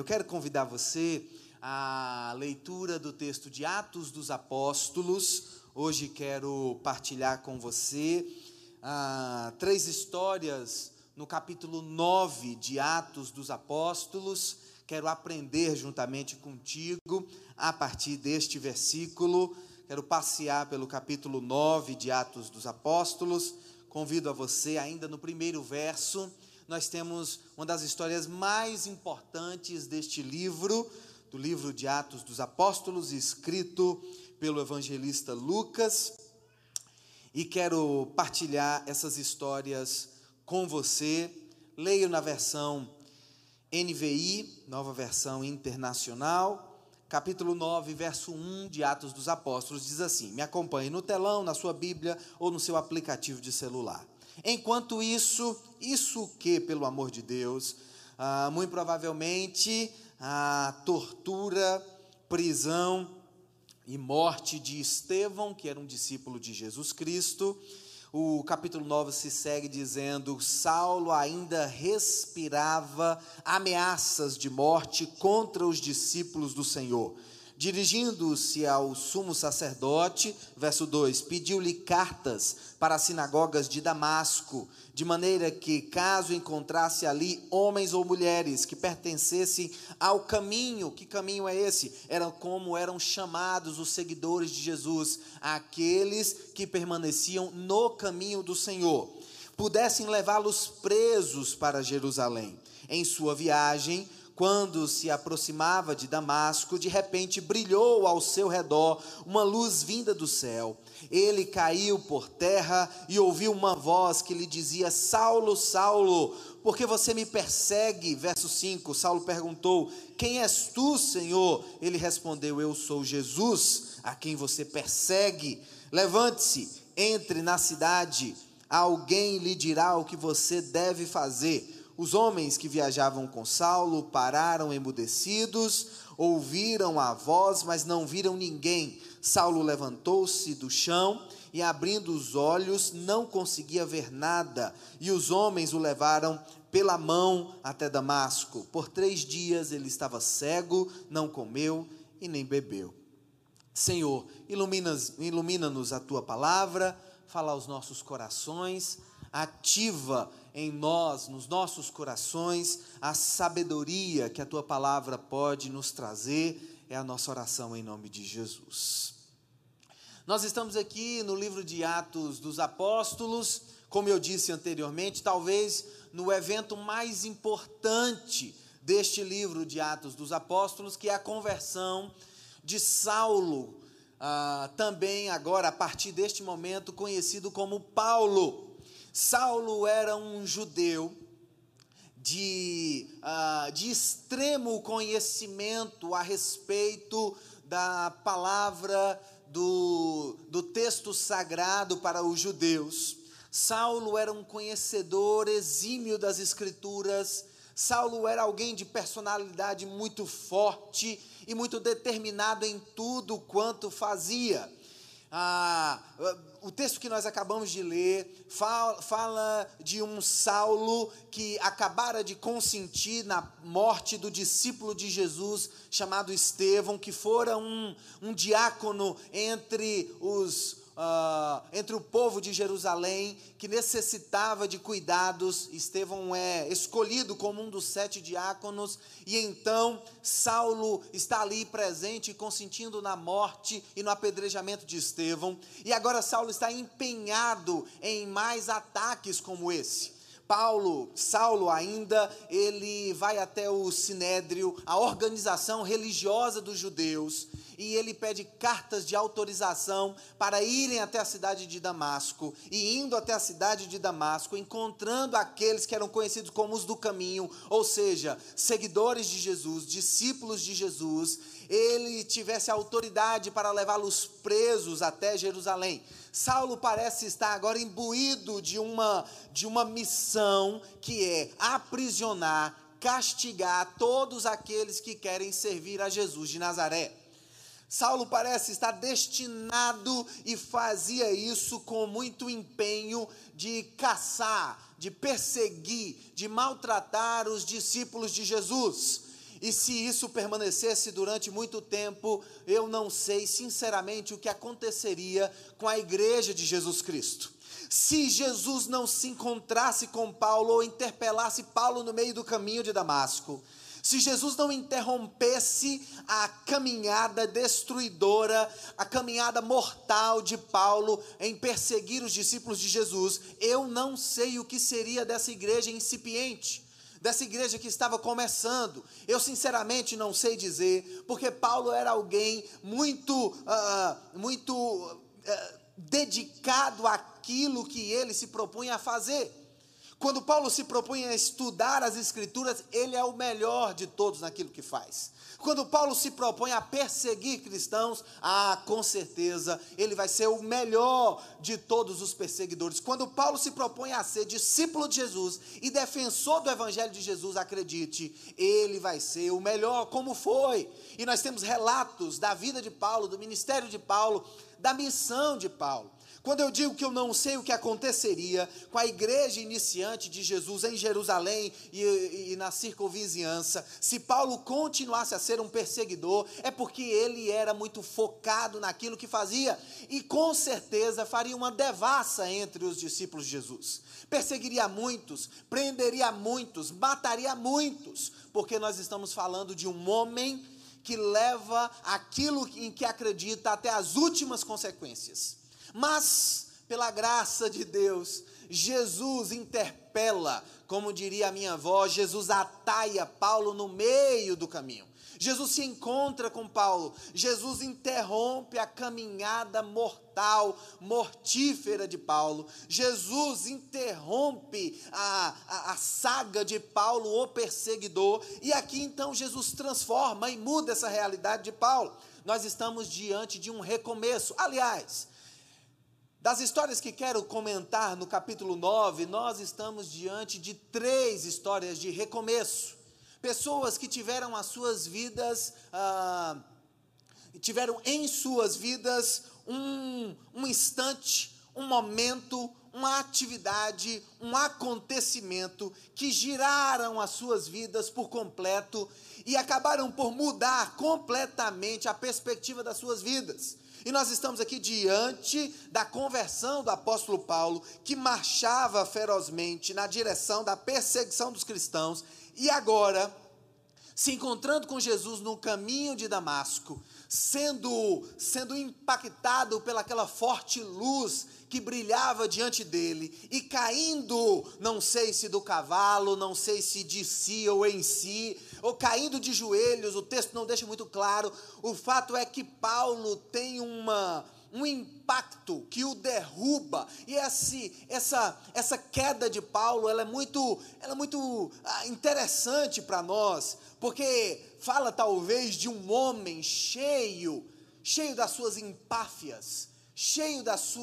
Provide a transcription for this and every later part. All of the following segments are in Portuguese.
quero convidar você à leitura do texto de Atos dos Apóstolos. Hoje quero partilhar com você 3 histórias no capítulo 9 de Atos dos Apóstolos. Quero aprender juntamente contigo a partir deste versículo. Quero passear pelo capítulo 9 de Atos dos Apóstolos. Convido a você, ainda no primeiro verso, nós temos uma das histórias mais importantes deste livro, do livro de Atos dos Apóstolos, escrito pelo evangelista Lucas, e quero partilhar essas histórias com você. Leio na versão NVI, Nova Versão Internacional, capítulo 9, verso 1 de Atos dos Apóstolos, diz assim: me acompanhe no telão, na sua Bíblia ou no seu aplicativo de celular. Enquanto isso que, pelo amor de Deus, muito provavelmente a tortura, prisão e morte de Estevão, que era um discípulo de Jesus Cristo. O capítulo 9 se segue dizendo: Saulo ainda respirava ameaças de morte contra os discípulos do Senhor. Dirigindo-se ao sumo sacerdote, verso 2, pediu-lhe cartas para as sinagogas de Damasco, de maneira que, caso encontrasse ali homens ou mulheres que pertencessem ao caminho, que caminho é esse? Eram chamados os seguidores de Jesus, aqueles que permaneciam no caminho do Senhor, pudessem levá-los presos para Jerusalém. Em sua viagem, quando se aproximava de Damasco, de repente brilhou ao seu redor uma luz vinda do céu. Ele caiu por terra e ouviu uma voz que lhe dizia: Saulo, Saulo, por que você me persegue? Verso 5, Saulo perguntou: quem és tu, Senhor? Ele respondeu: eu sou Jesus, a quem você persegue. Levante-se, entre na cidade, alguém lhe dirá o que você deve fazer. Os homens que viajavam com Saulo pararam emudecidos, ouviram a voz, mas não viram ninguém. Saulo levantou-se do chão e, abrindo os olhos, não conseguia ver nada. E os homens o levaram pela mão até Damasco. Por 3 dias ele estava cego, não comeu e nem bebeu. Senhor, ilumina-nos a tua palavra, fala aos nossos corações, ativa em nós, nos nossos corações, a sabedoria que a tua palavra pode nos trazer. É a nossa oração em nome de Jesus. Nós estamos aqui no livro de Atos dos Apóstolos, como eu disse anteriormente, talvez no evento mais importante deste livro de Atos dos Apóstolos, que é a conversão de Saulo, também agora, a partir deste momento, conhecido como Paulo. Saulo era um judeu de extremo conhecimento a respeito da palavra do texto sagrado para os judeus. Saulo era um conhecedor exímio das Escrituras. Saulo era alguém de personalidade muito forte e muito determinado em tudo quanto fazia. O texto que nós acabamos de ler fala de um Saulo que acabara de consentir na morte do discípulo de Jesus chamado Estevão, que fora um diácono entre o povo de Jerusalém, que necessitava de cuidados. Estevão é escolhido como um dos 7 diáconos, e então Saulo está ali presente, consentindo na morte e no apedrejamento de Estevão, e agora Saulo está empenhado em mais ataques como esse. Saulo ainda, ele vai até o Sinédrio, a organização religiosa dos judeus, e ele pede cartas de autorização para irem até a cidade de Damasco. E indo até a cidade de Damasco, encontrando aqueles que eram conhecidos como os do caminho, ou seja, seguidores de Jesus, discípulos de Jesus, ele tivesse autoridade para levá-los presos até Jerusalém. Saulo parece estar agora imbuído de uma missão, que é aprisionar, castigar todos aqueles que querem servir a Jesus de Nazaré. Saulo parece estar destinado, e fazia isso com muito empenho, de caçar, de perseguir, de maltratar os discípulos de Jesus. E se isso permanecesse durante muito tempo, eu não sei sinceramente o que aconteceria com a igreja de Jesus Cristo. Se Jesus não se encontrasse com Paulo ou interpelasse Paulo no meio do caminho de Damasco, se Jesus não interrompesse a caminhada destruidora, a caminhada mortal de Paulo em perseguir os discípulos de Jesus, eu não sei o que seria dessa igreja incipiente, dessa igreja que estava começando. Eu sinceramente não sei dizer, porque Paulo era alguém muito dedicado àquilo que ele se propunha a fazer. Quando Paulo se propunha a estudar as Escrituras, ele é o melhor de todos naquilo que faz. Quando Paulo se propõe a perseguir cristãos, com certeza, ele vai ser o melhor de todos os perseguidores. Quando Paulo se propõe a ser discípulo de Jesus e defensor do Evangelho de Jesus, acredite, ele vai ser o melhor, como foi. E nós temos relatos da vida de Paulo, do ministério de Paulo, da missão de Paulo. Quando eu digo que eu não sei o que aconteceria com a igreja iniciante de Jesus em Jerusalém e na circunvizinhança, se Paulo continuasse a ser um perseguidor, é porque ele era muito focado naquilo que fazia, e com certeza faria uma devassa entre os discípulos de Jesus. Perseguiria muitos, prenderia muitos, mataria muitos, porque nós estamos falando de um homem que leva aquilo em que acredita até as últimas consequências. Mas, pela graça de Deus, Jesus interpela, como diria a minha avó, Jesus ataia Paulo no meio do caminho. Jesus se encontra com Paulo, Jesus interrompe a caminhada mortal, mortífera de Paulo, Jesus interrompe a saga de Paulo, o perseguidor, e aqui então Jesus transforma e muda essa realidade de Paulo. Nós estamos diante de um recomeço. Aliás, das histórias que quero comentar no capítulo 9, nós estamos diante de 3 histórias de recomeço. Pessoas que tiveram as suas vidas, tiveram em suas vidas um instante, um momento, uma atividade, um acontecimento que giraram as suas vidas por completo e acabaram por mudar completamente a perspectiva das suas vidas. E nós estamos aqui diante da conversão do apóstolo Paulo, que marchava ferozmente na direção da perseguição dos cristãos, e agora, se encontrando com Jesus no caminho de Damasco, sendo impactado pelaquela forte luz que brilhava diante dele, e caindo, não sei se do cavalo, não sei se de si ou em si, ou caindo de joelhos, o texto não deixa muito claro. O fato é que Paulo tem um impacto que o derruba, e essa queda de Paulo, ela é muito interessante para nós, porque fala talvez de um homem cheio das suas empáfias, cheio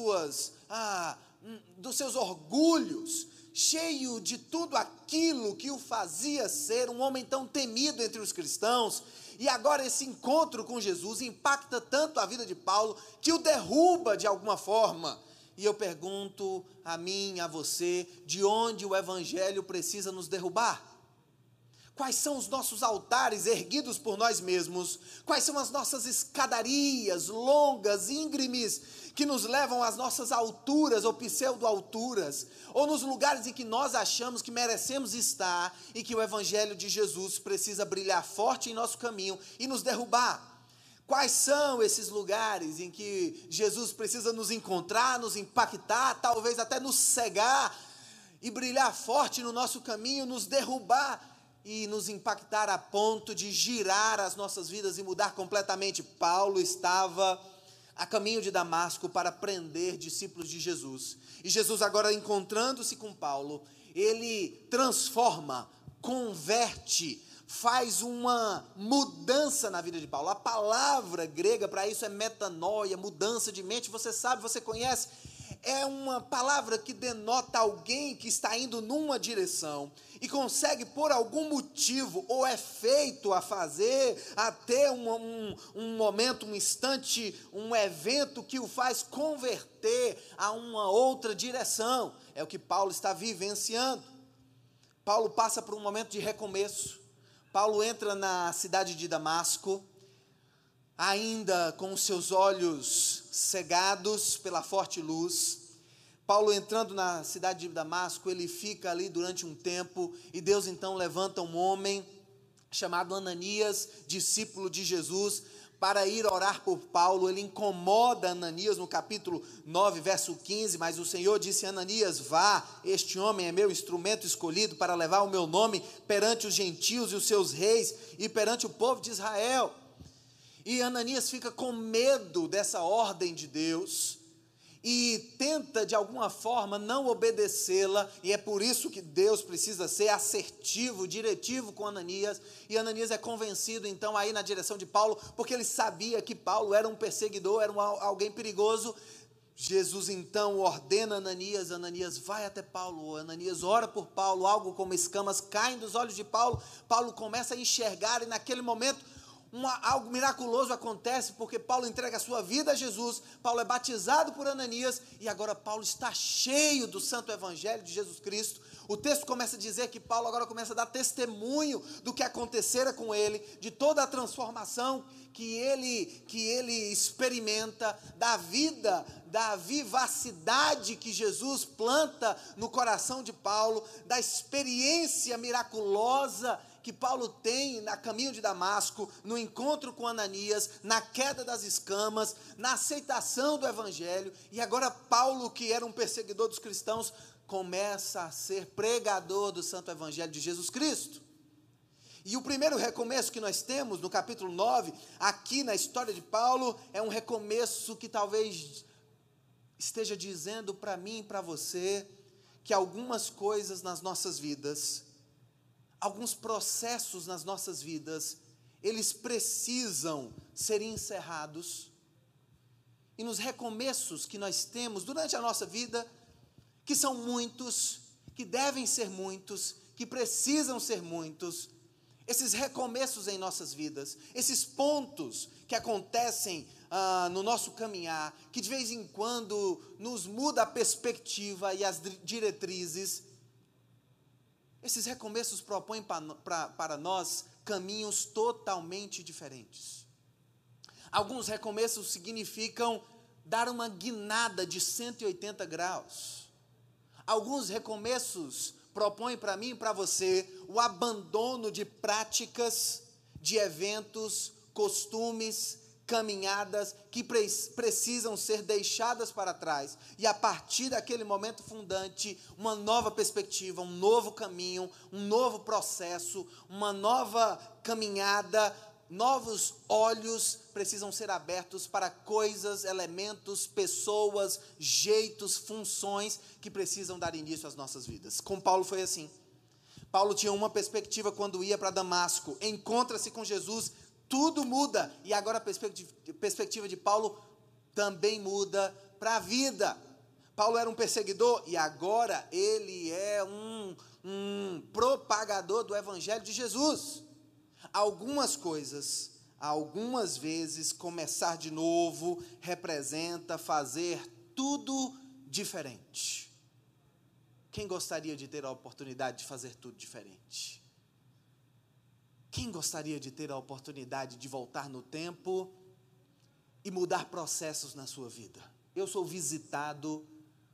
dos seus orgulhos, cheio de tudo aquilo que o fazia ser um homem tão temido entre os cristãos, e agora esse encontro com Jesus impacta tanto a vida de Paulo, que o derruba de alguma forma. E eu pergunto a mim, a você, de onde o Evangelho precisa nos derrubar? Quais são os nossos altares erguidos por nós mesmos? Quais são as nossas escadarias longas, íngremes, que nos levam às nossas alturas ou pseudo-alturas, ou nos lugares em que nós achamos que merecemos estar e que o Evangelho de Jesus precisa brilhar forte em nosso caminho e nos derrubar? Quais são esses lugares em que Jesus precisa nos encontrar, nos impactar, talvez até nos cegar e brilhar forte no nosso caminho, nos derrubar e nos impactar a ponto de girar as nossas vidas e mudar completamente? Paulo estava a caminho de Damasco para prender discípulos de Jesus. E Jesus, agora encontrando-se com Paulo, ele transforma, converte, faz uma mudança na vida de Paulo. A palavra grega para isso é metanoia, mudança de mente. Você sabe, você conhece, é uma palavra que denota alguém que está indo numa direção e consegue, por algum motivo ou efeito a fazer, a ter um momento, um instante, um evento que o faz converter a uma outra direção. É o que Paulo está vivenciando. Paulo passa por um momento de recomeço. Paulo entra na cidade de Damasco, ainda com os seus olhos cegados pela forte luz. Paulo entrando na cidade de Damasco, ele fica ali durante um tempo, e Deus então levanta um homem chamado Ananias, discípulo de Jesus, para ir orar por Paulo. Ele incomoda Ananias no capítulo 9, verso 15, mas o Senhor disse a Ananias: vá, este homem é meu instrumento escolhido para levar o meu nome perante os gentios e os seus reis e perante o povo de Israel. E Ananias fica com medo dessa ordem de Deus e tenta de alguma forma não obedecê-la, e é por isso que Deus precisa ser assertivo, diretivo com Ananias. E Ananias é convencido então a ir na direção de Paulo, porque ele sabia que Paulo era um perseguidor, era alguém perigoso. Jesus então ordena a Ananias: Ananias, vai até Paulo. Ananias ora por Paulo, algo como escamas caem dos olhos de Paulo. Paulo começa a enxergar, e naquele momento algo miraculoso acontece, porque Paulo entrega a sua vida a Jesus. Paulo é batizado por Ananias, e agora Paulo está cheio do santo evangelho de Jesus Cristo. O texto começa a dizer que Paulo agora começa a dar testemunho do que acontecera com ele, de toda a transformação que ele experimenta, da vida, da vivacidade que Jesus planta no coração de Paulo, da experiência miraculosa que Paulo tem na caminho de Damasco, no encontro com Ananias, na queda das escamas, na aceitação do evangelho. E agora Paulo, que era um perseguidor dos cristãos, começa a ser pregador do santo evangelho de Jesus Cristo. E o primeiro recomeço que nós temos no capítulo 9, aqui na história de Paulo, é um recomeço que talvez esteja dizendo para mim e para você que algumas coisas nas nossas vidas, alguns processos nas nossas vidas, eles precisam ser encerrados. E nos recomeços que nós temos durante a nossa vida, que são muitos, que devem ser muitos, que precisam ser muitos, esses recomeços em nossas vidas, esses pontos que acontecem no nosso caminhar, que de vez em quando nos muda a perspectiva e as diretrizes, esses recomeços propõem para nós caminhos totalmente diferentes. Alguns recomeços significam dar uma guinada de 180 graus. Alguns recomeços propõem para mim e para você o abandono de práticas, de eventos, costumes, caminhadas que precisam ser deixadas para trás, e a partir daquele momento fundante, uma nova perspectiva, um novo caminho, um novo processo, uma nova caminhada, novos olhos precisam ser abertos para coisas, elementos, pessoas, jeitos, funções que precisam dar início às nossas vidas. Com Paulo foi assim. Paulo tinha uma perspectiva quando ia para Damasco, encontra-se com Jesus, tudo muda, e agora a perspectiva de Paulo também muda para a vida. Paulo era um perseguidor, e agora ele é um propagador do evangelho de Jesus. Algumas coisas, algumas vezes, começar de novo representa fazer tudo diferente. Quem gostaria de ter a oportunidade de fazer tudo diferente? Quem gostaria de ter a oportunidade de voltar no tempo e mudar processos na sua vida? Eu sou visitado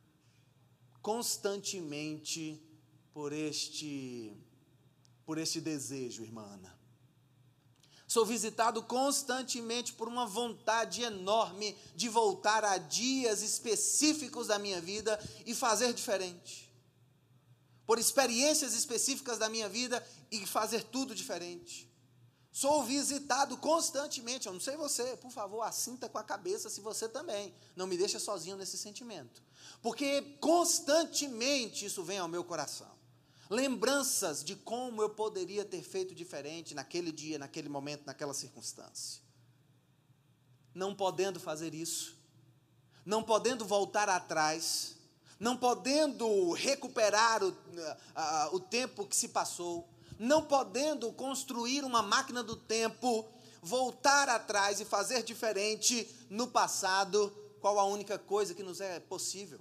constantemente por este desejo, irmã Ana. Sou visitado constantemente por uma vontade enorme de voltar a dias específicos da minha vida e fazer diferente. Por experiências específicas da minha vida e fazer tudo diferente. Sou visitado constantemente, eu não sei você, por favor, assinta com a cabeça se você também, não me deixa sozinho nesse sentimento, porque constantemente isso vem ao meu coração, lembranças de como eu poderia ter feito diferente naquele dia, naquele momento, naquela circunstância. Não podendo fazer isso, não podendo voltar atrás, não podendo recuperar o tempo que se passou, não podendo construir uma máquina do tempo, voltar atrás e fazer diferente no passado, qual a única coisa que nos é possível?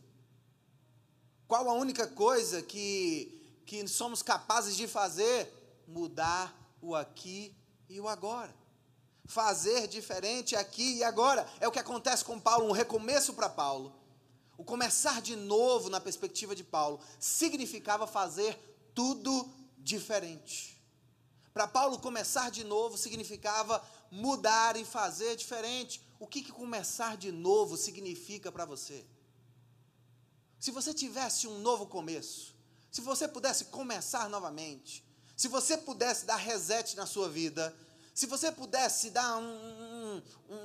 Qual a única coisa que somos capazes de fazer? Mudar o aqui e o agora. Fazer diferente aqui e agora. É o que acontece com Paulo, um recomeço para Paulo. O começar de novo, na perspectiva de Paulo, significava fazer tudo diferente. Para Paulo, começar de novo significava mudar e fazer diferente. O que começar de novo significa para você? Se você tivesse um novo começo, se você pudesse começar novamente, se você pudesse dar reset na sua vida, se você pudesse dar um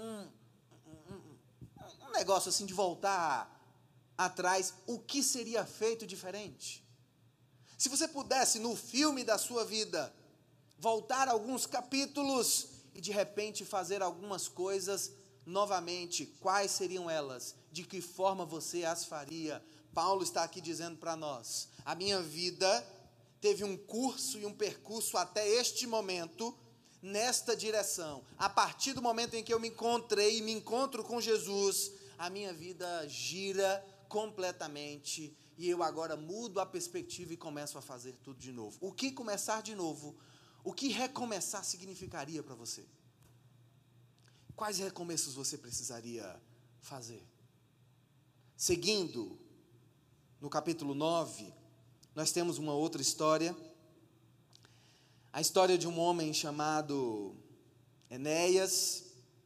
negócio assim de voltar atrás, o que seria feito diferente? Se você pudesse, no filme da sua vida, voltar alguns capítulos e de repente fazer algumas coisas novamente, quais seriam elas? De que forma você as faria? Paulo está aqui dizendo para nós: a minha vida teve um curso e um percurso até este momento, nesta direção. A partir do momento em que eu me encontrei e me encontro com Jesus, a minha vida gira completamente e eu agora mudo a perspectiva e começo a fazer tudo de novo. O que começar de novo? O que recomeçar significaria para você? Quais recomeços você precisaria fazer? Seguindo, no capítulo 9, nós temos uma outra história. A história de um homem chamado Enéas.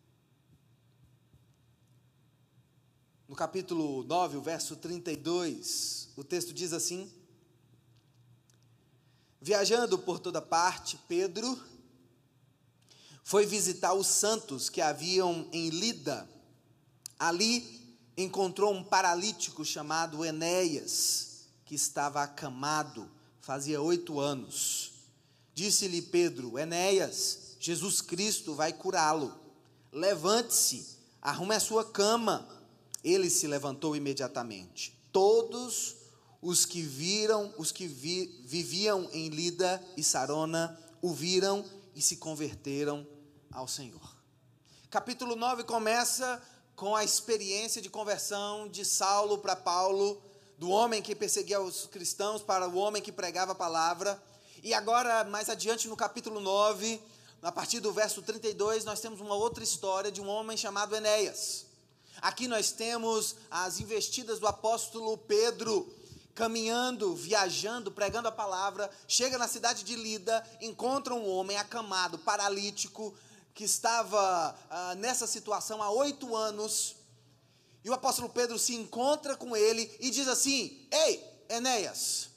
No capítulo 9, o verso 32, o texto diz assim: viajando por toda parte, Pedro foi visitar os santos que haviam em Lida. Ali encontrou um paralítico chamado Enéas, que estava acamado, fazia 8 anos. Disse-lhe Pedro: Enéas, Jesus Cristo vai curá-lo. Levante-se, arrume a sua cama. Ele se levantou imediatamente. Todos os que viviam em Lida e Sarona o viram e se converteram ao Senhor. Capítulo 9 começa com a experiência de conversão de Saulo para Paulo, do homem que perseguia os cristãos para o homem que pregava a palavra. E agora, mais adiante no capítulo 9, a partir do verso 32, nós temos uma outra história de um homem chamado Enéas. Aqui nós temos as investidas do apóstolo Pedro, caminhando, viajando, pregando a palavra, chega na cidade de Lida, encontra um homem acamado, paralítico, que estava nessa situação há 8 anos, e o apóstolo Pedro se encontra com ele e diz assim: ei, Enéas,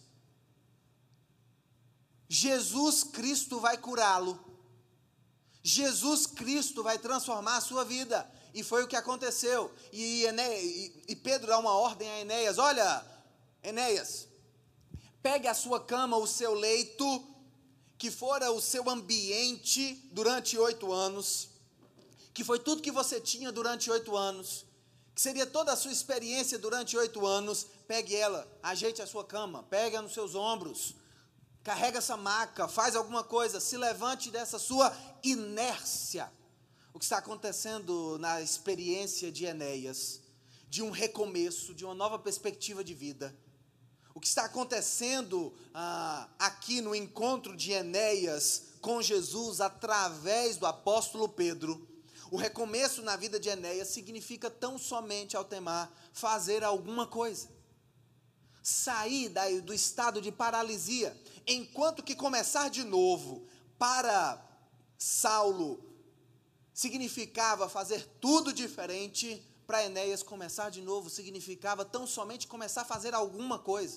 Jesus Cristo vai curá-lo, Jesus Cristo vai transformar a sua vida. E foi o que aconteceu. E Pedro dá uma ordem a Enéas: olha, Enéas, pegue a sua cama, o seu leito, que fora o seu ambiente durante 8 anos, que foi tudo que você tinha durante 8 anos, que seria toda a sua experiência durante 8 anos, pegue ela, ajeite a sua cama, pegue-a nos seus ombros, carrega essa maca, faz alguma coisa, se levante dessa sua inércia. O que está acontecendo na experiência de Enéas, de um recomeço, de uma nova perspectiva de vida. O que está acontecendo aqui no encontro de Enéas com Jesus através do apóstolo Pedro, o recomeço na vida de Enéas significa tão somente, Altemar, fazer alguma coisa. Sair do estado de paralisia, enquanto que começar de novo para Saulo significava fazer tudo diferente, para Enéas começar de novo significava tão somente começar a fazer alguma coisa,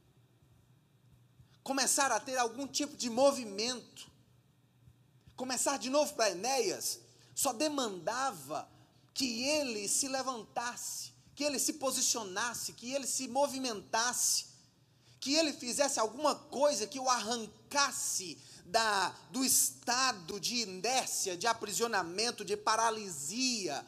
começar a ter algum tipo de movimento. Começar de novo para Enéas só demandava que ele se levantasse, que ele se posicionasse, que ele se movimentasse, que ele fizesse alguma coisa que o arrancasse do estado de inércia, de aprisionamento, de paralisia,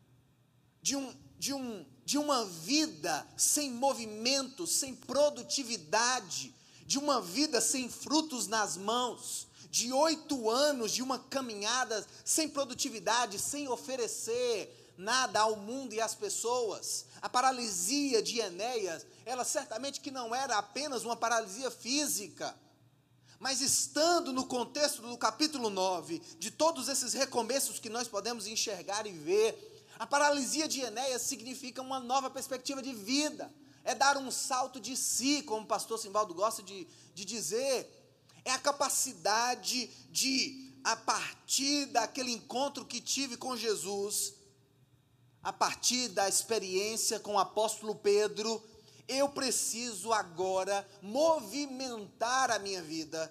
de uma vida sem movimento, sem produtividade, de uma vida sem frutos nas mãos, de 8 anos de uma caminhada sem produtividade, sem oferecer nada ao mundo e às pessoas. A paralisia de Enéas, ela certamente que não era apenas uma paralisia física, Mas estando no contexto do capítulo 9, de todos esses recomeços que nós podemos enxergar e ver, a paralisia de Enéas significa uma nova perspectiva de vida, é dar um salto de si, como o pastor Simbaldo gosta de dizer, é a capacidade de, a partir daquele encontro que tive com Jesus, a partir da experiência com o apóstolo Pedro, eu preciso agora movimentar a minha vida,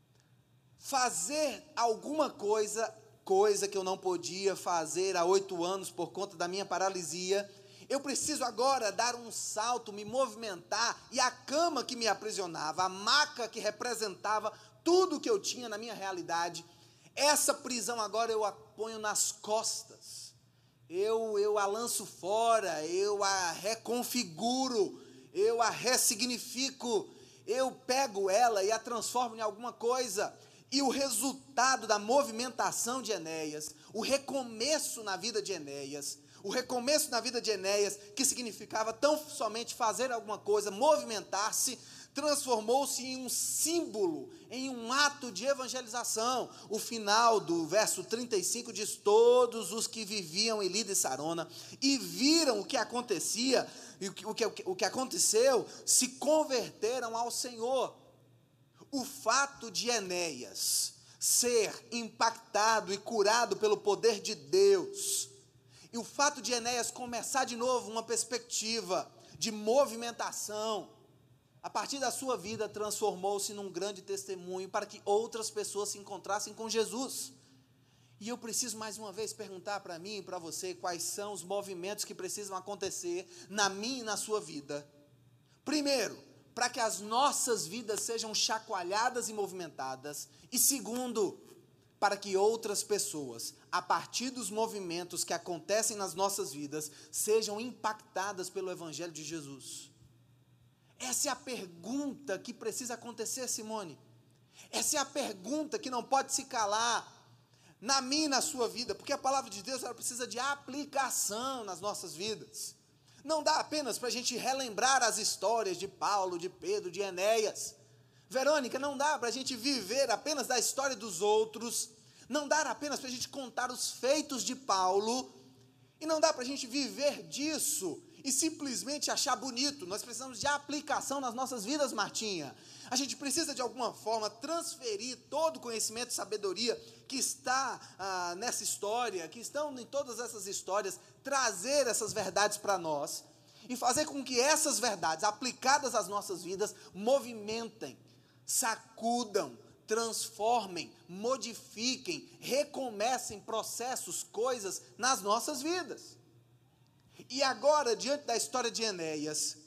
fazer alguma coisa que eu não podia fazer há 8 anos por conta da minha paralisia. Eu preciso agora dar um salto, me movimentar, e a cama que me aprisionava, a maca que representava tudo que eu tinha na minha realidade, essa prisão agora eu a ponho nas costas, eu a lanço fora, eu a reconfiguro, eu a ressignifico, eu pego ela e a transformo em alguma coisa. E o resultado da movimentação de Enéas, o recomeço na vida de Enéas, que significava tão somente fazer alguma coisa, movimentar-se, transformou-se em um símbolo, em um ato de evangelização. O final do verso 35 diz: todos os que viviam em Lida e Sarona e viram o que acontecia, e o que aconteceu, se converteram ao Senhor. O fato de Enéas ser impactado e curado pelo poder de Deus, e o fato de Enéas começar de novo uma perspectiva de movimentação, a partir da sua vida transformou-se num grande testemunho para que outras pessoas se encontrassem com Jesus. E eu preciso mais uma vez perguntar para mim e para você quais são os movimentos que precisam acontecer na minha e na sua vida. Primeiro, para que as nossas vidas sejam chacoalhadas e movimentadas. E segundo, para que outras pessoas, a partir dos movimentos que acontecem nas nossas vidas, sejam impactadas pelo Evangelho de Jesus. Essa é a pergunta que precisa acontecer, Simone. Essa é a pergunta que não pode se calar na minha e na sua vida, porque a palavra de Deus ela precisa de aplicação nas nossas vidas. Não dá apenas para a gente relembrar as histórias de Paulo, de Pedro, de Enéas. Verônica, não dá para a gente viver apenas da história dos outros, não dá apenas para a gente contar os feitos de Paulo, e não dá para a gente viver disso e simplesmente achar bonito. Nós precisamos de aplicação nas nossas vidas, Martinha. A gente precisa de alguma forma transferir todo o conhecimento e sabedoria que está nessa história, que estão em todas essas histórias, trazer essas verdades para nós e fazer com que essas verdades aplicadas às nossas vidas movimentem, sacudam, transformem, modifiquem, recomecem processos, coisas nas nossas vidas. E agora, diante da história de Enéas,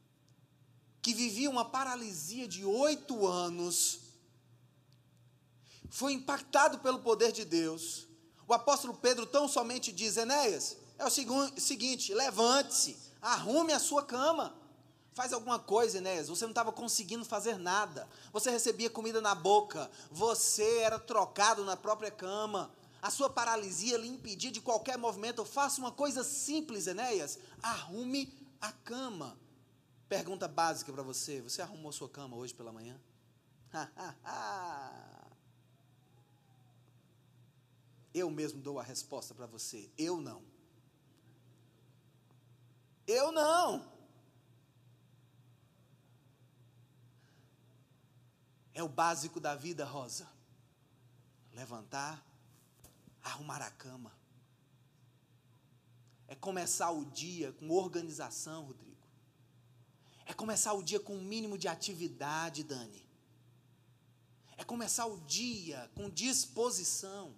que vivia uma paralisia de 8 anos, foi impactado pelo poder de Deus. O apóstolo Pedro tão somente diz: Enéas, é o seguinte, levante-se, arrume a sua cama, faz alguma coisa, Enéas. Você não estava conseguindo fazer nada, você recebia comida na boca, você era trocado na própria cama, a sua paralisia lhe impedia de qualquer movimento. Faça uma coisa simples, Enéas, arrume a cama. Pergunta básica para você: você arrumou sua cama hoje pela manhã? Eu mesmo dou a resposta para você: eu não. Eu não. É o básico da vida, Rosa. Levantar, arrumar a cama. É começar o dia com organização, Rodrigo. É começar o dia com um mínimo de atividade, Dani. É começar o dia com disposição.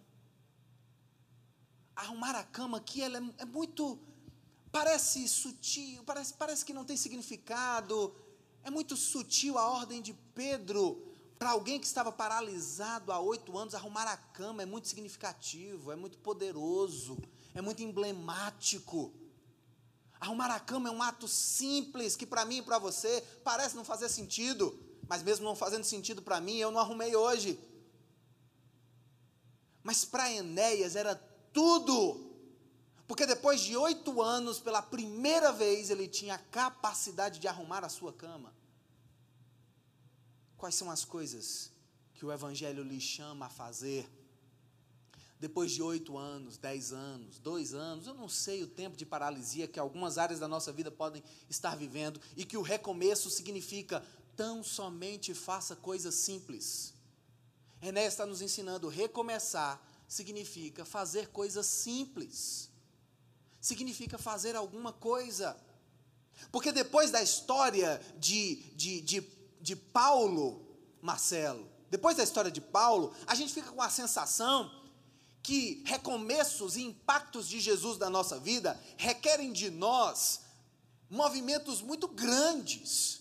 Arrumar a cama aqui, ela é muito, parece sutil, parece que não tem significado. É muito sutil a ordem de Pedro. Para alguém que estava paralisado há 8 anos, arrumar a cama é muito significativo, é muito poderoso, é muito emblemático. Arrumar a cama é um ato simples, que para mim e para você parece não fazer sentido, mas mesmo não fazendo sentido para mim, eu não arrumei hoje. Mas para Enéas era tudo, porque depois de 8 anos, pela primeira vez, ele tinha a capacidade de arrumar a sua cama. Quais são as coisas que o Evangelho lhe chama a fazer, depois de 8 anos, 10 anos, 2 anos, eu não sei o tempo de paralisia que algumas áreas da nossa vida podem estar vivendo, e que o recomeço significa, tão somente faça coisas simples. Enéas está nos ensinando, recomeçar significa fazer coisas simples, significa fazer alguma coisa, porque depois da história de Paulo, Marcelo, depois da história de Paulo, a gente fica com a sensação que recomeços e impactos de Jesus na nossa vida requerem de nós movimentos muito grandes.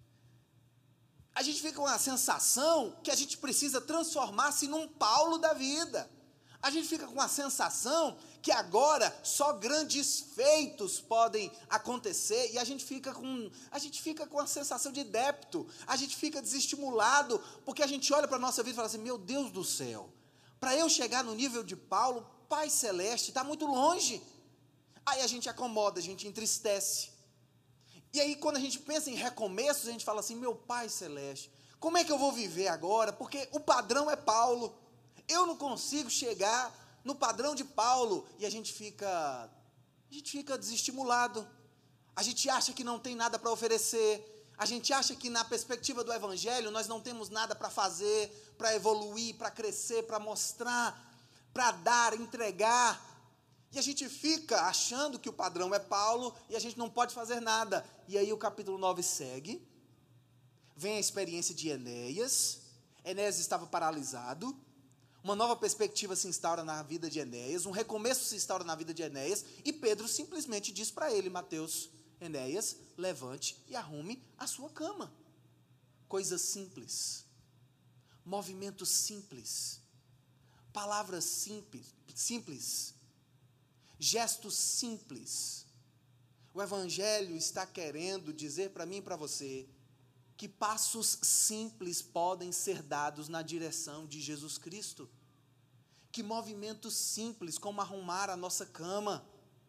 A gente fica com a sensação que a gente precisa transformar-se num Paulo da vida. A gente fica com a sensação que agora só grandes feitos podem acontecer, e a gente fica com a sensação de débito, a gente fica desestimulado, porque a gente olha para a nossa vida e fala assim, meu Deus do céu, para eu chegar no nível de Paulo, Pai Celeste, está muito longe. Aí a gente acomoda, a gente entristece. E aí quando a gente pensa em recomeços, a gente fala assim, meu Pai Celeste, como é que eu vou viver agora? Porque o padrão é Paulo. Eu não consigo chegar no padrão de Paulo. E a gente fica desestimulado. A gente acha que não tem nada para oferecer. A gente acha que na perspectiva do Evangelho nós não temos nada para fazer, para evoluir, para crescer, para mostrar, para dar, entregar. E a gente fica achando que o padrão é Paulo e a gente não pode fazer nada. E aí o capítulo 9 segue. Vem a experiência de Enéas. Enéas estava paralisado. Uma nova perspectiva se instaura na vida de Enéas, um recomeço se instaura na vida de Enéas, e Pedro simplesmente diz para ele, Mateus, Enéas, levante e arrume a sua cama. Coisas simples, movimentos simples, palavras simples, gestos simples. O Evangelho está querendo dizer para mim e para você, que passos simples podem ser dados na direção de Jesus Cristo, que movimentos simples, como arrumar a nossa cama,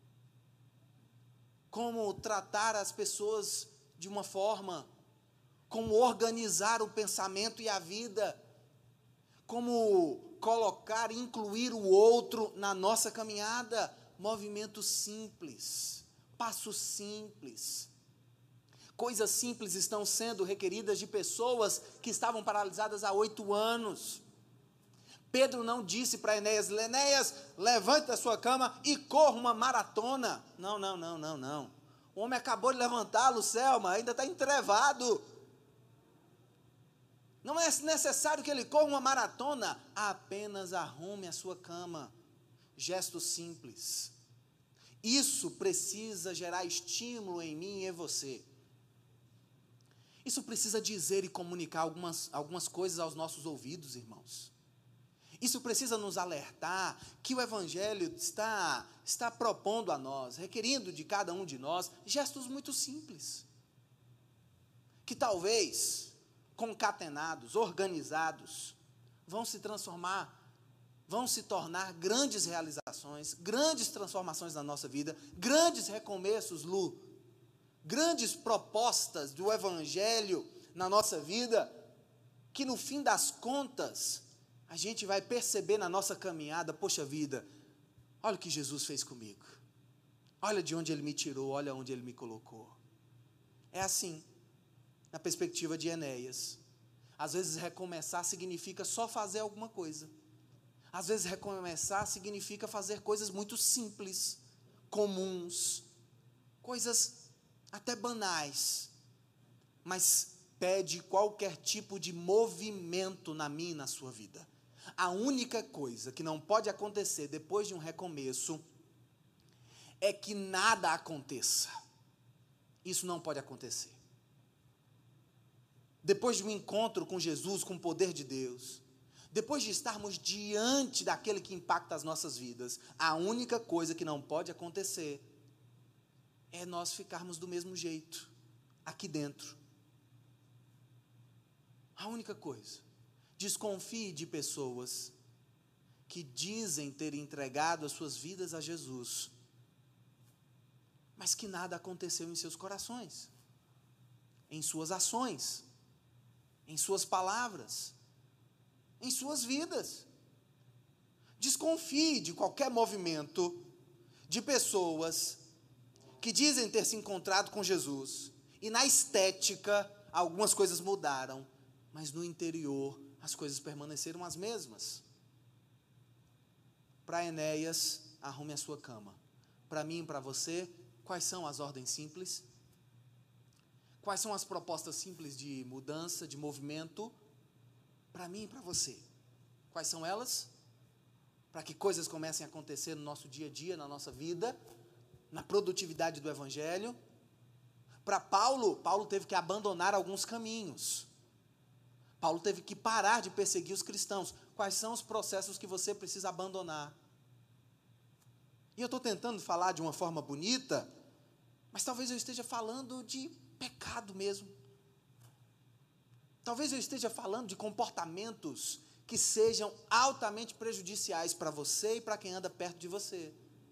como tratar as pessoas de uma forma, como organizar o pensamento e a vida, como colocar e incluir o outro na nossa caminhada, movimentos simples, passos simples. Coisas simples estão sendo requeridas de pessoas que estavam paralisadas há 8 anos. Pedro não disse para Enéas, Enéas, levante da sua cama e corra uma maratona. Não. O homem acabou de levantá-lo, Selma, ainda está entrevado. Não é necessário que ele corra uma maratona, apenas arrume a sua cama. Gestos simples. Isso precisa gerar estímulo em mim e em você. Isso precisa dizer e comunicar algumas coisas aos nossos ouvidos, irmãos. Isso precisa nos alertar que o Evangelho está propondo a nós, requerindo de cada um de nós, gestos muito simples. Que talvez, concatenados, organizados, vão se tornar grandes realizações, grandes transformações na nossa vida, grandes recomeços, Lu, grandes propostas do Evangelho na nossa vida, que no fim das contas, a gente vai perceber na nossa caminhada, poxa vida, olha o que Jesus fez comigo, olha de onde Ele me tirou, olha onde Ele me colocou. É assim, na perspectiva de Enéas. Às vezes recomeçar significa só fazer alguma coisa. Às vezes recomeçar significa fazer coisas muito simples, comuns, coisas até banais, mas pede qualquer tipo de movimento na minha e na sua vida. A única coisa que não pode acontecer depois de um recomeço é que nada aconteça. Isso não pode acontecer. Depois de um encontro com Jesus, com o poder de Deus, depois de estarmos diante daquele que impacta as nossas vidas, a única coisa que não pode acontecer é nós ficarmos do mesmo jeito, aqui dentro. A única coisa. Desconfie de pessoas que dizem ter entregado as suas vidas a Jesus, mas que nada aconteceu em seus corações, em suas ações, em suas palavras. em suas vidas. Desconfie de qualquer movimento de pessoas que dizem ter se encontrado com Jesus, e na estética algumas coisas mudaram, mas no interior as coisas permaneceram as mesmas. Para Enéas, arrume a sua cama. Para mim e para você, quais são as ordens simples? Quais são as propostas simples de mudança, de movimento? Para mim e para você, quais são elas? Para que coisas comecem a acontecer no nosso dia a dia, na nossa vida, na produtividade do Evangelho. Para Paulo teve que abandonar alguns caminhos. Paulo teve que parar de perseguir os cristãos. Quais são os processos que você precisa abandonar? E eu estou tentando falar de uma forma bonita, mas talvez eu esteja falando de pecado mesmo. Talvez eu esteja falando de comportamentos que sejam altamente prejudiciais para você e para quem anda perto de você.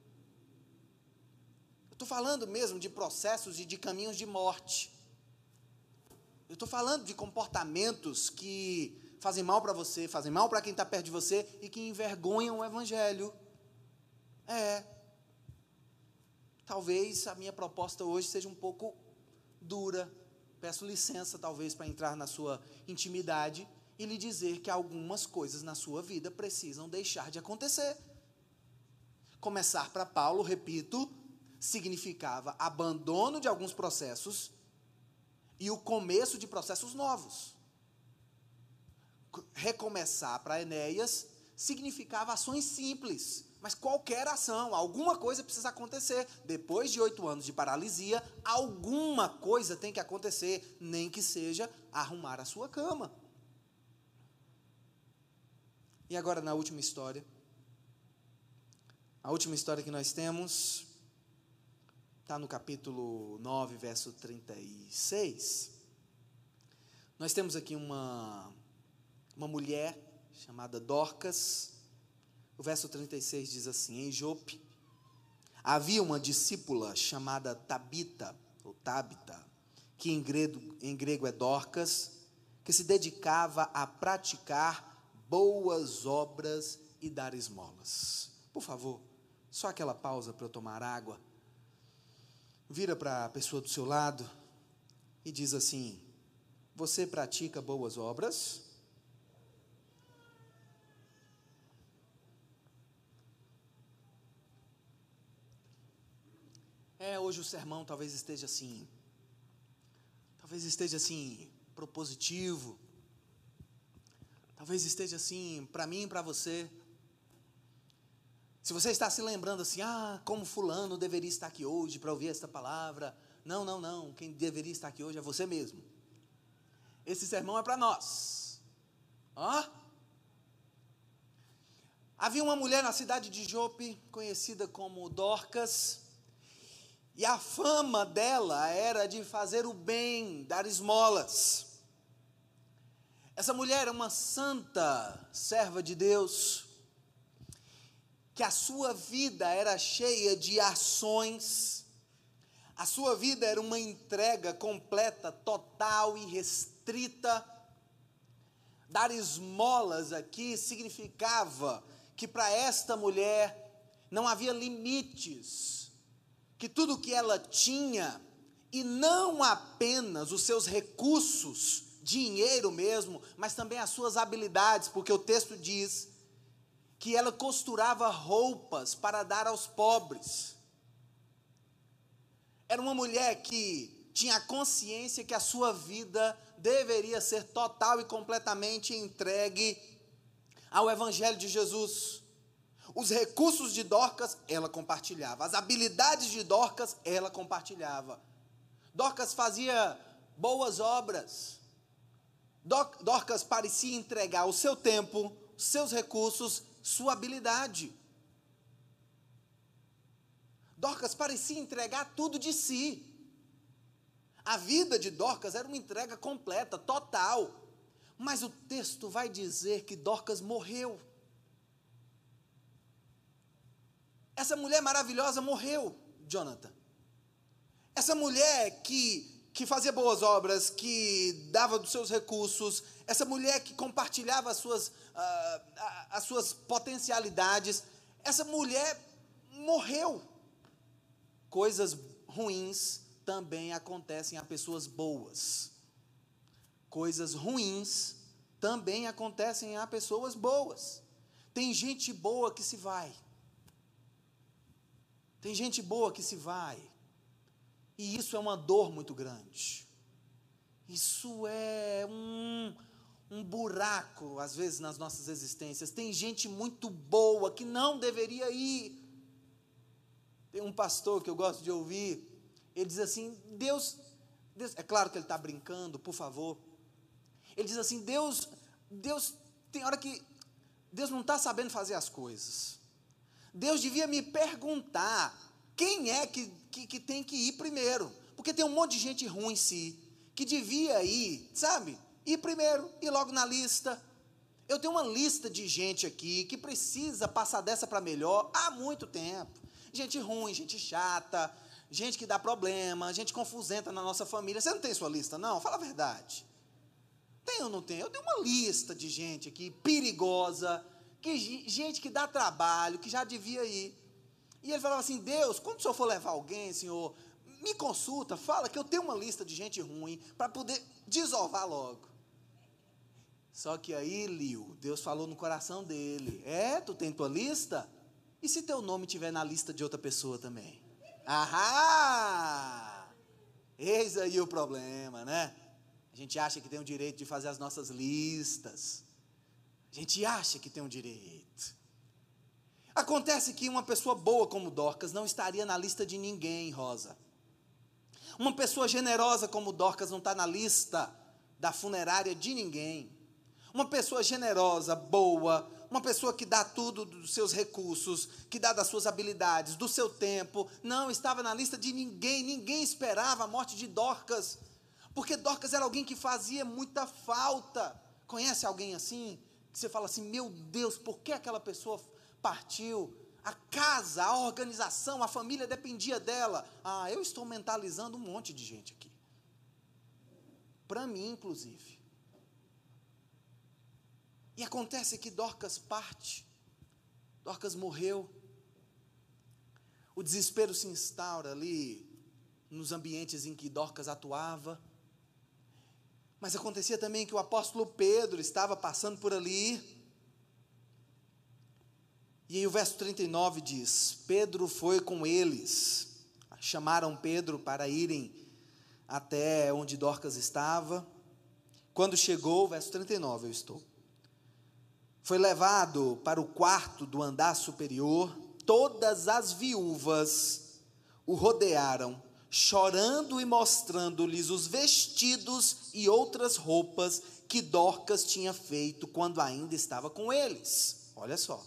Eu estou falando mesmo de processos e de caminhos de morte. Eu estou falando de comportamentos que fazem mal para você, fazem mal para quem está perto de você e que envergonham o Evangelho. Talvez a minha proposta hoje seja um pouco dura. Peço licença, talvez, para entrar na sua intimidade e lhe dizer que algumas coisas na sua vida precisam deixar de acontecer. Começar para Paulo, repito, significava abandono de alguns processos e o começo de processos novos. Recomeçar para Enéas significava ações simples, mas qualquer ação, alguma coisa precisa acontecer. Depois de 8 anos de paralisia, alguma coisa tem que acontecer, nem que seja arrumar a sua cama. E agora na última história. A última história que nós temos está no capítulo 9, verso 36. Nós temos aqui uma mulher chamada Dorcas. O verso 36 diz assim: em Jope havia uma discípula chamada Tabita, ou Tabita, que em grego é Dorcas, que se dedicava a praticar boas obras e dar esmolas. Por favor, só aquela pausa para eu tomar água. Vira para a pessoa do seu lado e diz assim: você pratica boas obras? Hoje o sermão talvez esteja assim, propositivo, talvez esteja assim, para mim e para você. Se você está se lembrando assim, como fulano deveria estar aqui hoje para ouvir esta palavra, não, quem deveria estar aqui hoje é você mesmo. Esse sermão é para nós. Havia uma mulher na cidade de Jope, conhecida como Dorcas, e a fama dela era de fazer o bem, dar esmolas. Essa mulher é uma santa serva de Deus, que a sua vida era cheia de ações, a sua vida era uma entrega completa, total e restrita. Dar esmolas aqui significava que para esta mulher não havia limites, que tudo que ela tinha, e não apenas os seus recursos, dinheiro mesmo, mas também as suas habilidades, porque o texto diz que ela costurava roupas para dar aos pobres. Era uma mulher que tinha a consciência que a sua vida deveria ser total e completamente entregue ao Evangelho de Jesus. Os recursos de Dorcas, ela compartilhava. As habilidades de Dorcas, ela compartilhava. Dorcas fazia boas obras. Dorcas parecia entregar o seu tempo, seus recursos, sua habilidade. Dorcas parecia entregar tudo de si. A vida de Dorcas era uma entrega completa, total. Mas o texto vai dizer que Dorcas morreu. Essa mulher maravilhosa morreu, Jonathan. Essa mulher que fazia boas obras, que dava dos seus recursos, essa mulher que compartilhava as suas potencialidades, essa mulher morreu. Coisas ruins também acontecem a pessoas boas. Coisas ruins também acontecem a pessoas boas. Tem gente boa que se vai. Tem gente boa que se vai. E isso é uma dor muito grande. Isso é um buraco, às vezes, nas nossas existências. Tem gente muito boa que não deveria ir. Tem um pastor que eu gosto de ouvir, ele diz assim, Deus, é claro que ele está brincando, por favor. Ele diz assim, Deus, tem hora que Deus não está sabendo fazer as coisas. Deus devia me perguntar, quem é que tem que ir primeiro? Porque tem um monte de gente ruim em si, que devia ir, sabe? Ir primeiro, ir logo na lista. Eu tenho uma lista de gente aqui, que precisa passar dessa para melhor, há muito tempo. Gente ruim, gente chata, gente que dá problema, gente confusenta na nossa família. Você não tem sua lista, não? Fala a verdade. Tem ou não tem? Eu tenho uma lista de gente aqui, perigosa, gente que dá trabalho, que já devia ir. E ele falava assim, Deus, quando o Senhor for levar alguém, Senhor, me consulta, fala que eu tenho uma lista de gente ruim, para poder desovar logo. Só que aí, Liu, Deus falou no coração dele, tu tem tua lista? E se teu nome estiver na lista de outra pessoa também? Ahá! Eis aí o problema, né? A gente acha que tem o direito de fazer as nossas listas. A gente acha que tem o direito. Acontece que uma pessoa boa como Dorcas não estaria na lista de ninguém, Rosa. Uma pessoa generosa como Dorcas não está na lista da funerária de ninguém. Uma pessoa generosa, boa, uma pessoa que dá tudo dos seus recursos, que dá das suas habilidades, do seu tempo, não estava na lista de ninguém. Ninguém esperava a morte de Dorcas, porque Dorcas era alguém que fazia muita falta. Conhece alguém assim? Que você fala assim, meu Deus, por que aquela pessoa partiu? A casa, a organização, a família dependia dela. Eu estou mentalizando um monte de gente aqui. Para mim, inclusive. E acontece que Dorcas parte. Dorcas morreu. O desespero se instaura ali, nos ambientes em que Dorcas atuava. Mas acontecia também que o apóstolo Pedro estava passando por ali. E aí o verso 39 diz, Pedro foi com eles, chamaram Pedro para irem até onde Dorcas estava. Quando chegou, verso 39 foi levado para o quarto do andar superior, todas as viúvas o rodearam, chorando e mostrando-lhes os vestidos e outras roupas que Dorcas tinha feito quando ainda estava com eles. Olha só.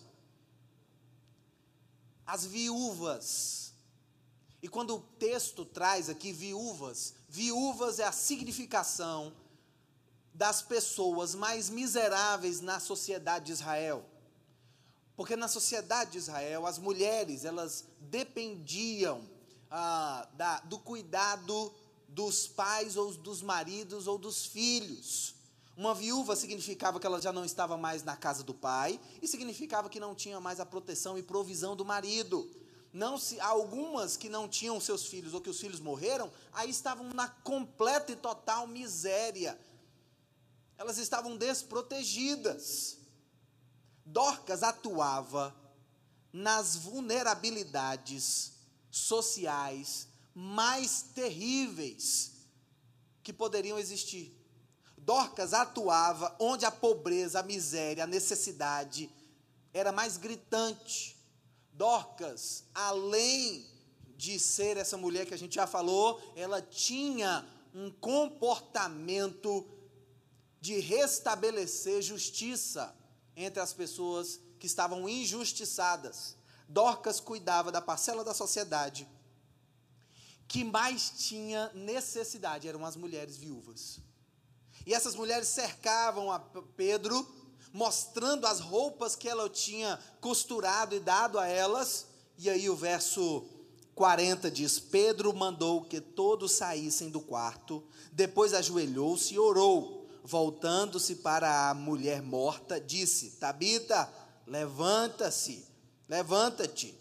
As viúvas, e quando o texto traz aqui viúvas é a significação das pessoas mais miseráveis na sociedade de Israel, porque na sociedade de Israel, as mulheres, elas dependiam do cuidado dos pais, ou dos maridos, ou dos filhos. Uma viúva significava que ela já não estava mais na casa do pai, e significava que não tinha mais a proteção e provisão do marido. Algumas que não tinham seus filhos, ou que os filhos morreram, aí estavam na completa e total miséria. Elas estavam desprotegidas. Dorcas atuava nas vulnerabilidades sociais mais terríveis que poderiam existir. Dorcas atuava onde a pobreza, a miséria, a necessidade era mais gritante. Dorcas, além de ser essa mulher que a gente já falou, ela tinha um comportamento de restabelecer justiça entre as pessoas que estavam injustiçadas. Dorcas cuidava da parcela da sociedade que mais tinha necessidade, eram as mulheres viúvas. E essas mulheres cercavam a Pedro, mostrando as roupas que ela tinha costurado e dado a elas. E aí o verso 40 diz, Pedro mandou que todos saíssem do quarto, depois ajoelhou-se e orou, voltando-se para a mulher morta, disse: Tabita, levanta-se, levanta-te.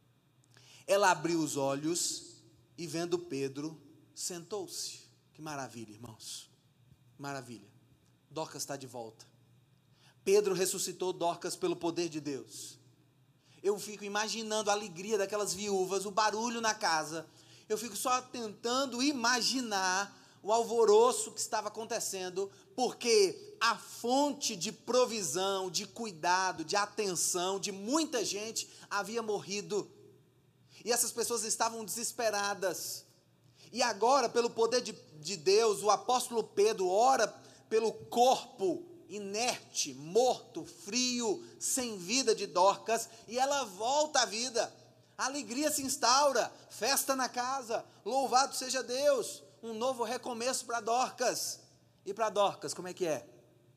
Ela abriu os olhos e, vendo Pedro, sentou-se. Que maravilha, irmãos, maravilha. Dorcas está de volta. Pedro ressuscitou Dorcas pelo poder de Deus. Eu fico imaginando a alegria daquelas viúvas, o barulho na casa. Eu fico só tentando imaginar o alvoroço que estava acontecendo, porque a fonte de provisão, de cuidado, de atenção de muita gente havia morrido. E essas pessoas estavam desesperadas. E agora, pelo poder de Deus, o apóstolo Pedro ora pelo corpo inerte, morto, frio, sem vida de Dorcas, e ela volta à vida. A alegria se instaura, festa na casa, louvado seja Deus, um novo recomeço para Dorcas. E para Dorcas, como é que é?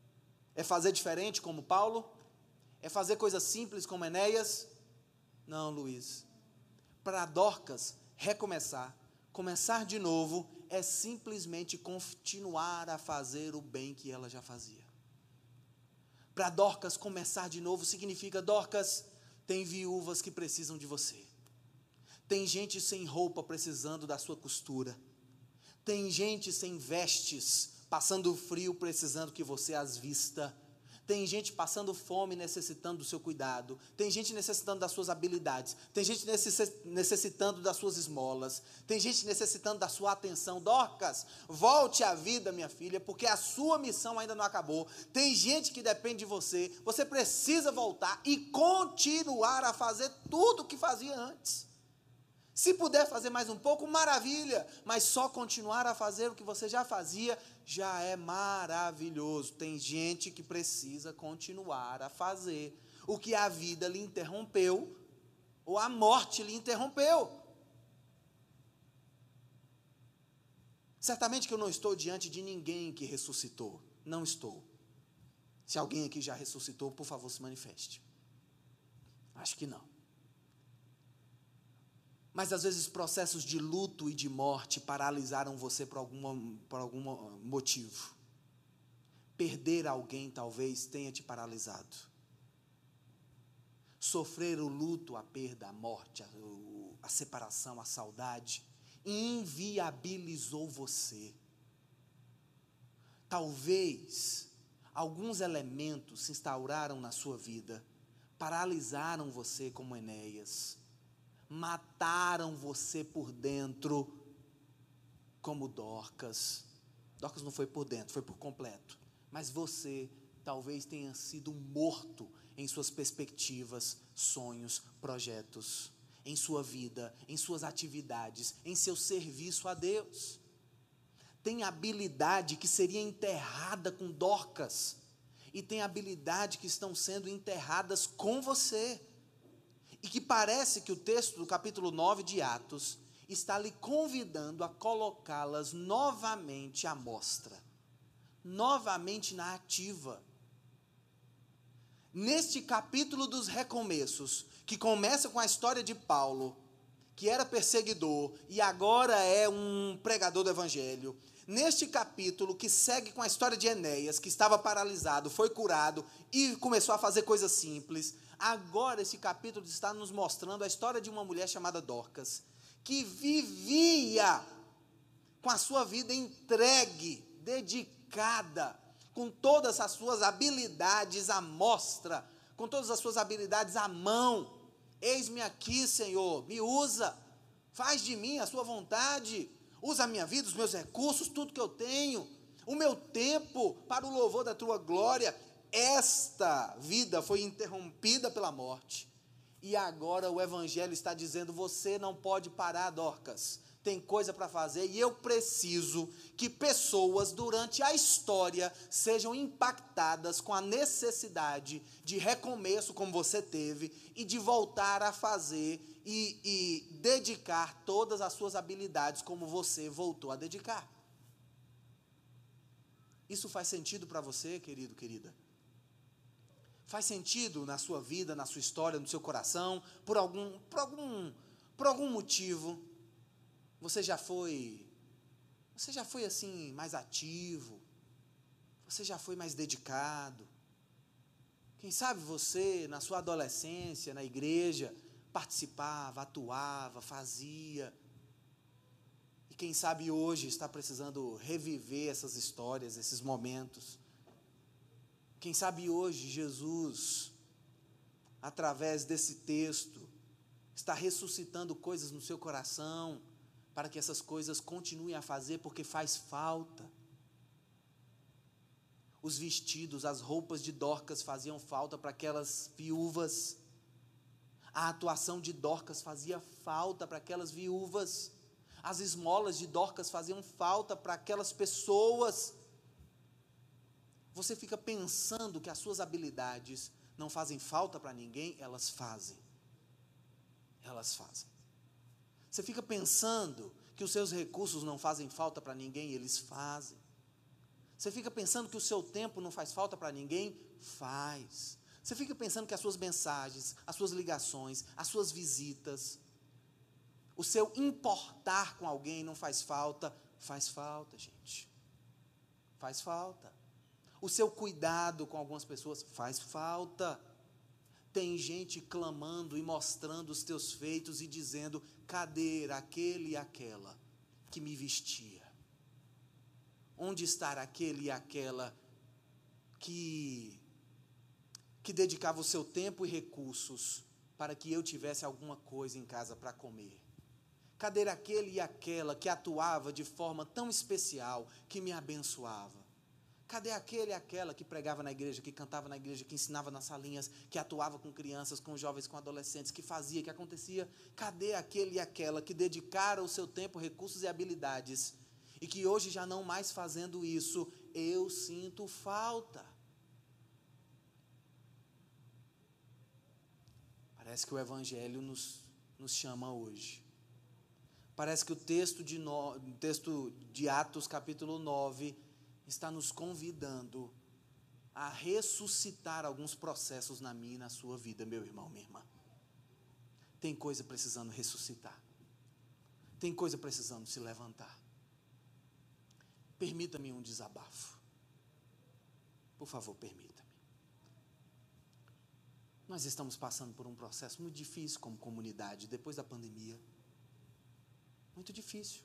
É fazer diferente como Paulo? É fazer coisas simples como Enéas? Não, Luiz. Para Dorcas, recomeçar, começar de novo, é simplesmente continuar a fazer o bem que ela já fazia. Para Dorcas, começar de novo significa: Dorcas, tem viúvas que precisam de você. Tem gente sem roupa precisando da sua costura. Tem gente sem vestes, passando frio, precisando que você as vista. Tem gente passando fome, necessitando do seu cuidado. Tem gente necessitando das suas habilidades. Tem gente necessitando das suas esmolas. Tem gente necessitando da sua atenção. Dorcas, volte à vida, minha filha, porque a sua missão ainda não acabou. Tem gente que depende de você. Você precisa voltar e continuar a fazer tudo o que fazia antes. Se puder fazer mais um pouco, maravilha, mas só continuar a fazer o que você já fazia já é maravilhoso. Tem gente que precisa continuar a fazer o que a vida lhe interrompeu, ou a morte lhe interrompeu. Certamente que eu não estou diante de ninguém que ressuscitou, não estou. Se alguém aqui já ressuscitou, por favor, se manifeste. Acho que não. Mas às vezes processos de luto e de morte paralisaram você por algum motivo. Perder alguém talvez tenha te paralisado. Sofrer o luto, a perda, a morte, a separação, a saudade, inviabilizou você. Talvez alguns elementos se instauraram na sua vida, paralisaram você como Enéas. Mataram você por dentro, como Dorcas. Dorcas não foi por dentro, foi por completo. Mas você talvez tenha sido morto em suas perspectivas, sonhos, projetos, em sua vida, em suas atividades, em seu serviço a Deus. Tem habilidade que seria enterrada com Dorcas, e tem habilidade que estão sendo enterradas com você. E que parece que o texto do capítulo 9 de Atos está lhe convidando a colocá-las novamente à mostra, novamente na ativa. Neste capítulo dos recomeços, que começa com a história de Paulo, que era perseguidor e agora é um pregador do evangelho, neste capítulo que segue com a história de Enéas, que estava paralisado, foi curado e começou a fazer coisas simples. Agora esse capítulo está nos mostrando a história de uma mulher chamada Dorcas, que vivia com a sua vida entregue, dedicada, com todas as suas habilidades à mostra, com todas as suas habilidades à mão. Eis-me aqui, Senhor, me usa, faz de mim a sua vontade, usa a minha vida, os meus recursos, tudo que eu tenho, o meu tempo para o louvor da tua glória. Esta vida foi interrompida pela morte, e agora o evangelho está dizendo: você não pode parar, Dorcas, tem coisa para fazer, e eu preciso que pessoas durante a história sejam impactadas com a necessidade de recomeço como você teve, e de voltar a fazer e dedicar todas as suas habilidades como você voltou a dedicar. Isso faz sentido para você, querido, querida? Faz sentido na sua vida, na sua história, no seu coração, por algum motivo? Você já foi assim mais ativo? você já foi mais dedicado. Quem sabe você, na sua adolescência, na igreja, participava, atuava, fazia. E quem sabe hoje está precisando reviver essas histórias, esses momentos. Quem sabe hoje Jesus, através desse texto, está ressuscitando coisas no seu coração, para que essas coisas continuem a fazer, porque faz falta. Os vestidos, as roupas de Dorcas faziam falta para aquelas viúvas. A atuação de Dorcas fazia falta para aquelas viúvas. As esmolas de Dorcas faziam falta para aquelas pessoas. Você fica pensando que as suas habilidades não fazem falta para ninguém? Elas fazem. Elas fazem. Você fica pensando que os seus recursos não fazem falta para ninguém? Eles fazem. Você fica pensando que o seu tempo não faz falta para ninguém? Faz. Você fica pensando que as suas mensagens, as suas ligações, as suas visitas, o seu importar com alguém não faz falta? Faz falta, gente. Faz falta. O seu cuidado com algumas pessoas faz falta. Tem gente clamando e mostrando os teus feitos e dizendo: cadê aquele e aquela que me vestia? Onde está aquele e aquela que dedicava o seu tempo e recursos para que eu tivesse alguma coisa em casa para comer? Cadê aquele e aquela que atuava de forma tão especial, que me abençoava? Cadê aquele e aquela que pregava na igreja, que cantava na igreja, que ensinava nas salinhas, que atuava com crianças, com jovens, com adolescentes, que fazia, que acontecia? Cadê aquele e aquela que dedicaram o seu tempo, recursos e habilidades, e que hoje já não mais fazendo isso, eu sinto falta? Parece que o Evangelho nos chama hoje. Parece que o texto de Atos capítulo 9 está nos convidando a ressuscitar alguns processos na minha e na sua vida, meu irmão, minha irmã. Tem coisa precisando ressuscitar. Tem coisa precisando se levantar. Permita-me um desabafo. Por favor, permita-me. Nós estamos passando por um processo muito difícil como comunidade, depois da pandemia. Muito difícil.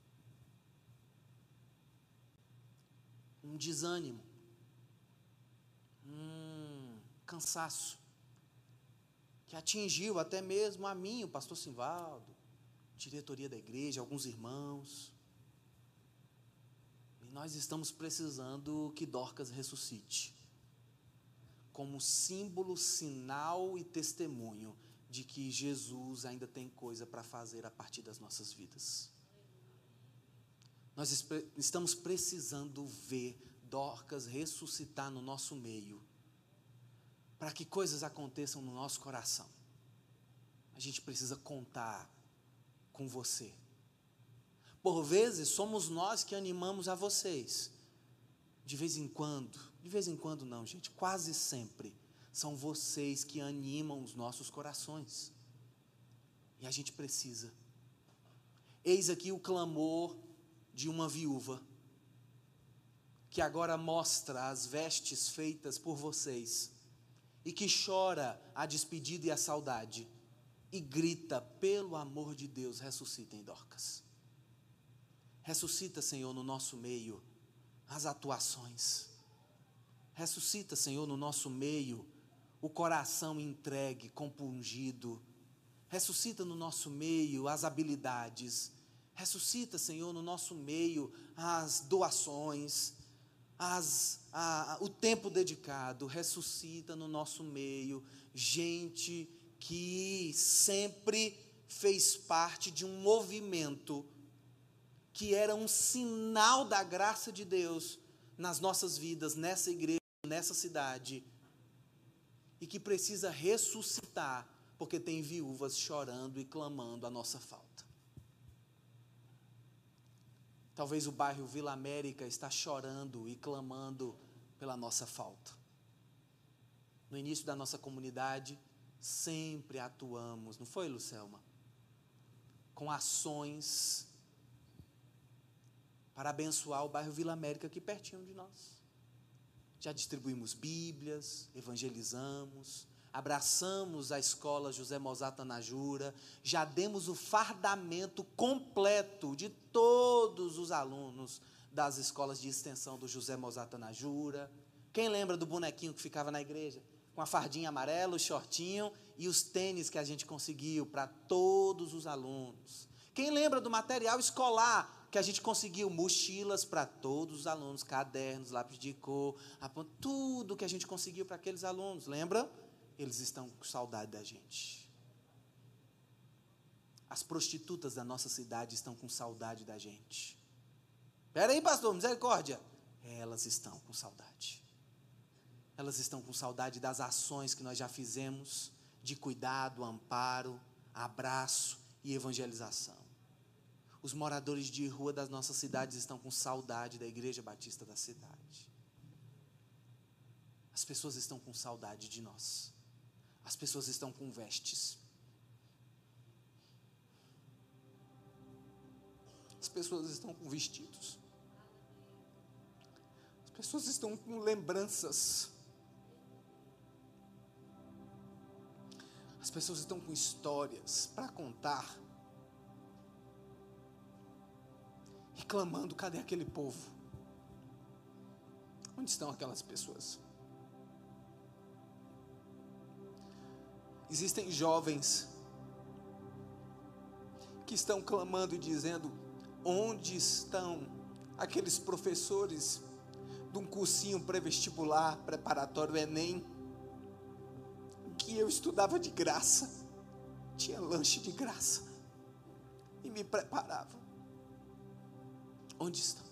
Um desânimo. Cansaço. Que atingiu até mesmo a mim, o pastor Simvaldo, diretoria da igreja, alguns irmãos. E nós estamos precisando que Dorcas ressuscite, como símbolo, sinal e testemunho de que Jesus ainda tem coisa para fazer a partir das nossas vidas. Nós estamos precisando ver Dorcas ressuscitar no nosso meio, para que coisas aconteçam no nosso coração. A gente precisa contar com você. Por vezes somos nós que animamos a vocês. De vez em quando não, gente, quase sempre são vocês que animam os nossos corações. E a gente precisa. Eis aqui o clamor de uma viúva, que agora mostra as vestes feitas por vocês, e que chora a despedida e a saudade, e grita: pelo amor de Deus, ressuscitem Dorcas. Ressuscita, Senhor, no nosso meio as atuações. Ressuscita, Senhor, no nosso meio o coração entregue, compungido. Ressuscita no nosso meio as habilidades. Ressuscita, Senhor, no nosso meio as doações, o tempo dedicado. Ressuscita no nosso meio gente que sempre fez parte de um movimento que era um sinal da graça de Deus nas nossas vidas, nessa igreja, nessa cidade, e que precisa ressuscitar, porque tem viúvas chorando e clamando a nossa falta. Talvez o bairro Vila América está chorando e clamando pela nossa falta. No início da nossa comunidade, sempre atuamos, não foi, Lucelma? Com ações para abençoar o bairro Vila América, aqui pertinho de nós. Já distribuímos Bíblias, evangelizamos, abraçamos a escola José Mozart Tanajura, já demos o fardamento completo de todos os alunos das escolas de extensão do José Mozart Tanajura. Quem lembra do bonequinho que ficava na igreja? Com a fardinha amarela, o shortinho e os tênis que a gente conseguiu para todos os alunos. Quem lembra do material escolar que a gente conseguiu? Mochilas para todos os alunos, cadernos, lápis de cor, tudo que a gente conseguiu para aqueles alunos. Lembra? Eles estão com saudade da gente. As prostitutas da nossa cidade estão com saudade da gente. Espera aí, pastor, misericórdia. Elas estão com saudade. Elas estão com saudade das ações que nós já fizemos, de cuidado, amparo, abraço e evangelização. Os moradores de rua das nossas cidades estão com saudade da Igreja Batista da cidade. As pessoas estão com saudade de nós. As pessoas estão com vestes. As pessoas estão com vestidos. As pessoas estão com lembranças. As pessoas estão com histórias para contar. E clamando: cadê aquele povo? Onde estão aquelas pessoas? Existem jovens que estão clamando e dizendo: onde estão aqueles professores de um cursinho pré-vestibular, preparatório Enem, que eu estudava de graça, tinha lanche de graça e me preparava? Onde estão?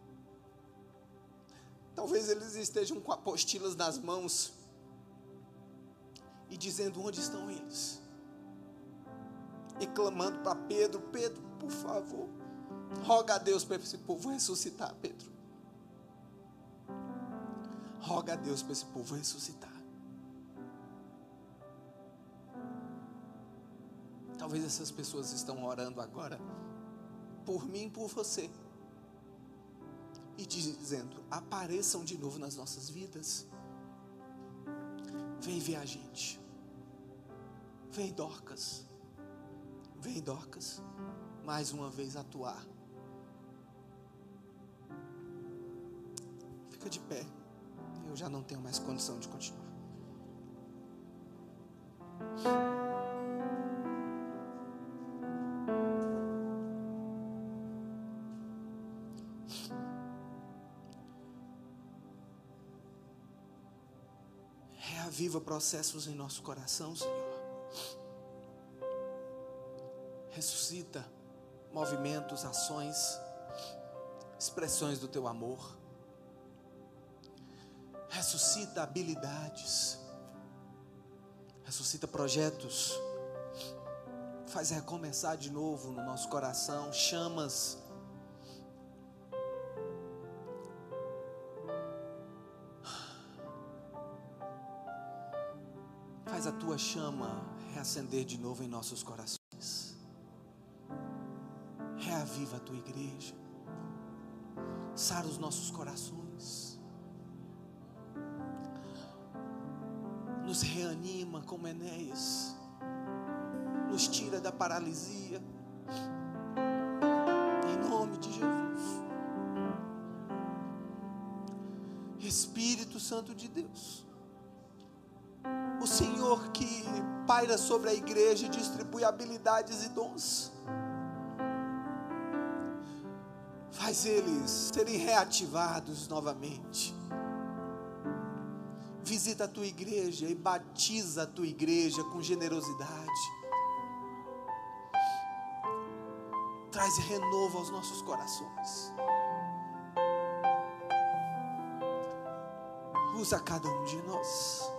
Talvez eles estejam com apostilas nas mãos e dizendo: onde estão eles? E clamando para Pedro: Pedro, por favor, roga a Deus para esse povo ressuscitar. Pedro, roga a Deus para esse povo ressuscitar. Talvez essas pessoas estão orando agora por mim e por você, e dizendo: apareçam de novo nas nossas vidas. Vem ver a gente. Vem, Dorcas. Vem, Dorcas, mais uma vez atuar. Fica de pé. Eu já não tenho mais condição de continuar. Reaviva processos em nosso coração, Senhor. Ressuscita movimentos, ações, expressões do Teu amor. Ressuscita habilidades. Ressuscita projetos. Faz recomeçar de novo no nosso coração chamas. Faz a Tua chama reacender de novo em nossos corações. Reaviva a Tua igreja. Sara os nossos corações. Nos reanima como Enéas. Nos tira da paralisia. Em nome de Jesus. Espírito Santo de Deus, o Senhor que paira sobre a igreja e distribui habilidades e dons, faz eles serem reativados novamente. Visita a Tua igreja e batiza a Tua igreja com generosidade. Traz renovo aos nossos corações. Usa cada um de nós.